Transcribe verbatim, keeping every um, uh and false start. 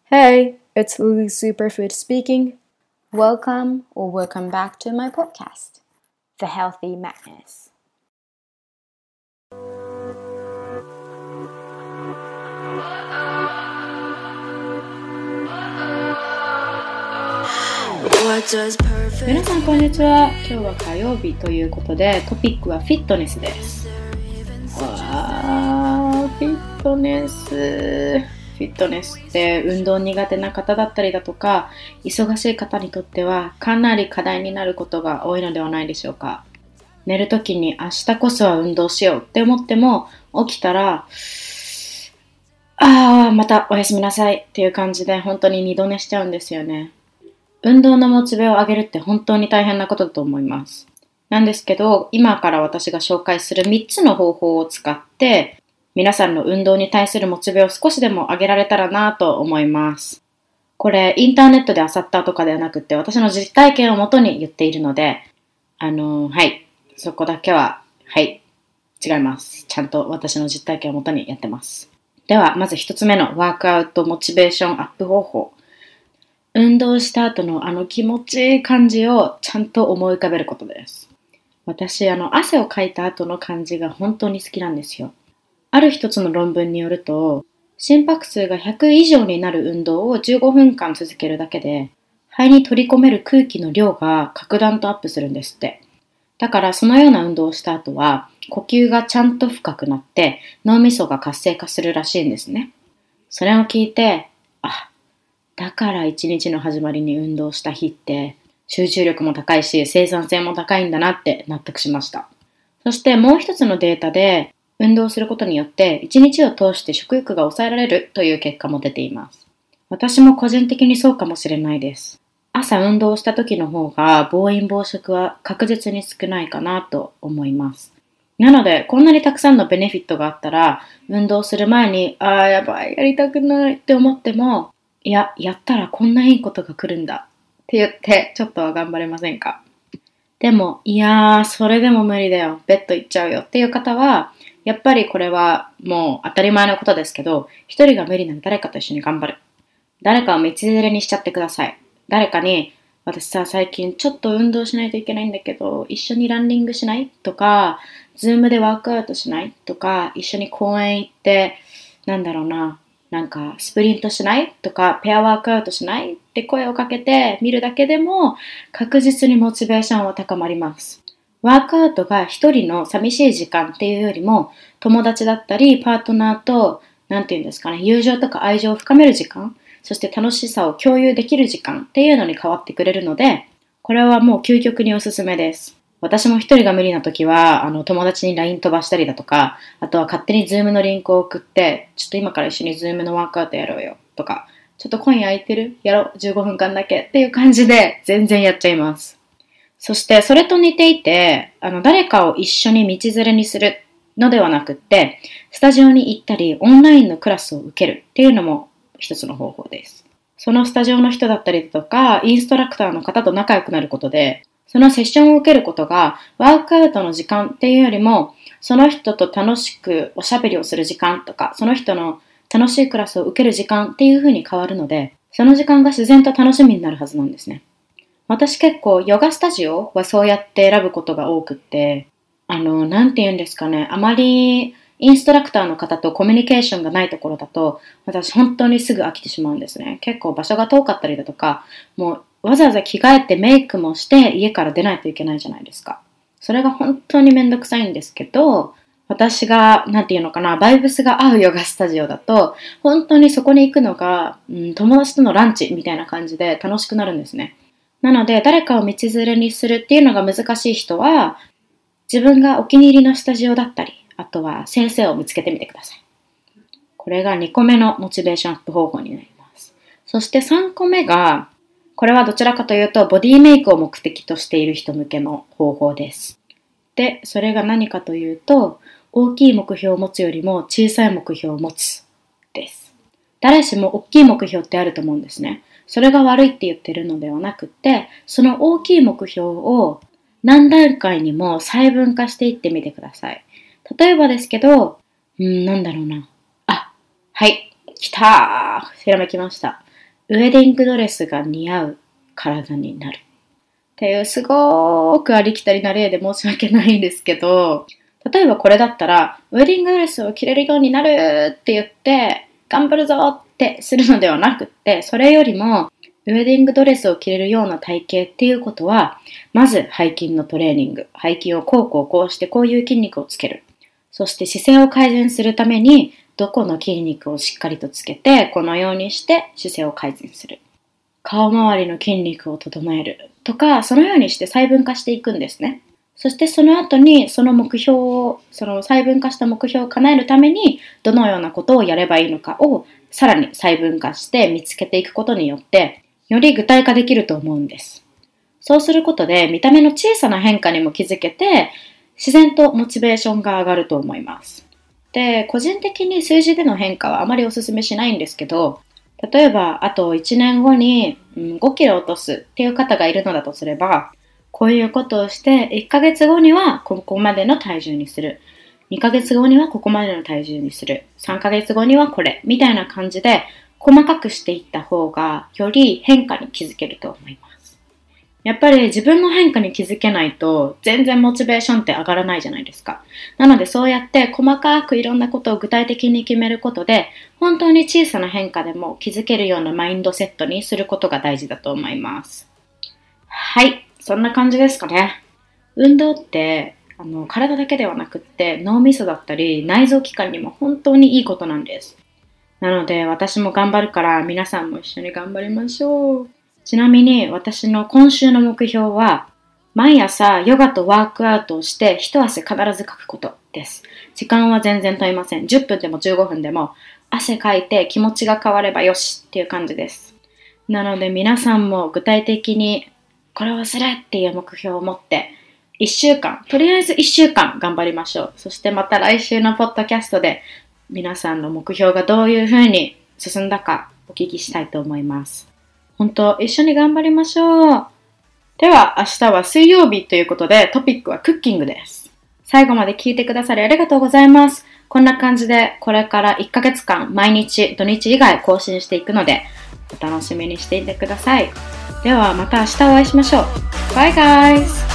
Hey, it's Lily Superfood speaking. Welcome or welcome back to my podcast, The Healthy Madness. 皆さんこんにちは。今日は火曜日ということでトピックはフィットネスです。わー、フィットネス。フィットネスって運動苦手な方だったりだとか忙しい方にとってはかなり課題になることが多いのではないでしょうか。寝るときに明日こそは運動しようって思っても起きたらあーまたおやすみなさいっていう感じで本当に二度寝しちゃうんですよね。運動のモチベを上げるって本当に大変なことだと思います。なんですけど、今から私が紹介するみっつの方法を使って、皆さんの運動に対するモチベを少しでも上げられたらなと思います。これ、インターネットで漁ったとかではなくて、私の実体験をもとに言っているので、あのー、はい、そこだけは、はい、違います。ちゃんと私の実体験をもとにやってます。では、まず一つ目のワークアウトモチベーションアップ方法。運動した後のあの気持ちいい感じをちゃんと思い浮かべることです。私、あの汗をかいた後の感じが本当に好きなんですよ。ある一つの論文によると、心拍数がひゃく以上になる運動をじゅうごふんかん続けるだけで、肺に取り込める空気の量が格段とアップするんですって。だからそのような運動をした後は、呼吸がちゃんと深くなって脳みそが活性化するらしいんですね。それを聞いて、あ、だから一日の始まりに運動した日って集中力も高いし生産性も高いんだなって納得しました。そしてもう一つのデータで運動することによって一日を通して食欲が抑えられるという結果も出ています。私も個人的にそうかもしれないです。朝運動した時の方が暴飲暴食は確実に少ないかなと思います。なのでこんなにたくさんのベネフィットがあったら運動する前にあーやばいやりたくないって思ってもいや、やったらこんないいことが来るんだって言ってちょっとは頑張れませんか？でも、いやー、それでも無理だよ、ベッド行っちゃうよっていう方は、やっぱりこれはもう当たり前のことですけど、一人が無理なら誰かと一緒に頑張る。誰かを道連れにしちゃってください。誰かに、私さ、最近ちょっと運動しないといけないんだけど、一緒にランニングしないとか、ズームでワークアウトしないとか、一緒に公園行って、なんだろうな、なんかスプリントしないとかペアワークアウトしないって声をかけてみるだけでも確実にモチベーションは高まります。ワークアウトが一人の寂しい時間っていうよりも友達だったりパートナーとなんていうんですかね、友情とか愛情を深める時間、そして楽しさを共有できる時間っていうのに変わってくれるので、これはもう究極におすすめです。私も一人が無理な時は、あの、友達に ライン 飛ばしたりだとか、あとは勝手に Zoom のリンクを送って、ちょっと今から一緒に Zoom のワークアウトやろうよとか、ちょっと今夜空いてる？やろう ?じゅうごふんかんだけっていう感じで全然やっちゃいます。そしてそれと似ていて、あの、誰かを一緒に道連れにするのではなくって、スタジオに行ったり、オンラインのクラスを受けるっていうのも一つの方法です。そのスタジオの人だったりだとか、インストラクターの方と仲良くなることで、そのセッションを受けることがワークアウトの時間っていうよりもその人と楽しくおしゃべりをする時間とかその人の楽しいクラスを受ける時間っていう風に変わるのでその時間が自然と楽しみになるはずなんですね。私結構ヨガスタジオはそうやって選ぶことが多くってあのなんて言うんですかねあまりインストラクターの方とコミュニケーションがないところだと私本当にすぐ飽きてしまうんですね。結構場所が遠かったりだとかもうわざわざ着替えてメイクもして家から出ないといけないじゃないですか。それが本当にめんどくさいんですけど、私が、なんていうのかな、バイブスが合うヨガスタジオだと、本当にそこに行くのが、うん、友達とのランチみたいな感じで楽しくなるんですね。なので、誰かを道連れにするっていうのが難しい人は、自分がお気に入りのスタジオだったり、あとは先生を見つけてみてください。これがにこめのモチベーションアップ方法になります。そしてさんこめが、これはどちらかというとボディメイクを目的としている人向けの方法です。で、それが何かというと、大きい目標を持つよりも小さい目標を持つです。誰しも大きい目標ってあると思うんですね。それが悪いって言ってるのではなくて、その大きい目標を何段階にも細分化していってみてください。例えばですけど、うん、なんだろうな。あ、はい、来たー。ひらめきました。 ウェディングドレスが似合う体になる。っていうすごーくありきたりな例で申し訳ないんですけど、例えばこれだったら、ウェディングドレスを着れるようになるって言って、頑張るぞってするのではなくって、それよりも、ウェディングドレスを着れるような体型っていうことは、まず背筋のトレーニング、背筋をこうこうこうしてこういう筋肉をつける。そして姿勢を改善するために、どこの筋肉をしっかりとつけて、このようにして姿勢を改善する。顔周りの筋肉を整えるとか、そのようにして細分化していくんですね。そしてその後にその目標を、その細分化した目標を叶えるためにどのようなことをやればいいのかをさらに細分化して見つけていくことによってより具体化できると思うんです。そうすることで見た目の小さな変化にも気づけて自然とモチベーションが上がると思います。で、個人的に数字での変化はあまりお勧めしないんですけど、例えばあといちねんごにごキロ落とすっていう方がいるのだとすれば、こういうことをしていっかげつごにはここまでの体重にする。にかげつごにはここまでの体重にする。さんかげつごにはこれ。みたいな感じで細かくしていった方がより変化に気づけると思います。やっぱり自分の変化に気づけないと全然モチベーションって上がらないじゃないですか。なのでそうやって細かくいろんなことを具体的に決めることで本当に小さな変化でも気づけるようなマインドセットにすることが大事だと思います。はい。そんな感じですかね。運動ってあの体だけではなくって脳みそだったり内臓器官にも本当にいいことなんです。なので私も頑張るから皆さんも一緒に頑張りましょう。ちなみに私の今週の目標は毎朝ヨガとワークアウトをして一汗必ずかくことです。時間は全然問いません。じゅっぷんでもじゅうごふんでも汗かいて気持ちが変わればよしっていう感じです。なので皆さんも具体的にこれをするっていう目標を持っていっしゅうかん、とりあえずいっしゅうかん頑張りましょう。そしてまた来週のポッドキャストで皆さんの目標がどういうふうに進んだかお聞きしたいと思います。本当一緒に頑張りましょう。では明日は水曜日ということでトピックはクッキングです。最後まで聞いてくださりありがとうございます。こんな感じでこれからいっかげつかん毎日土日以外更新していくのでお楽しみにしていてください。ではまた明日お会いしましょう。バイガイズ。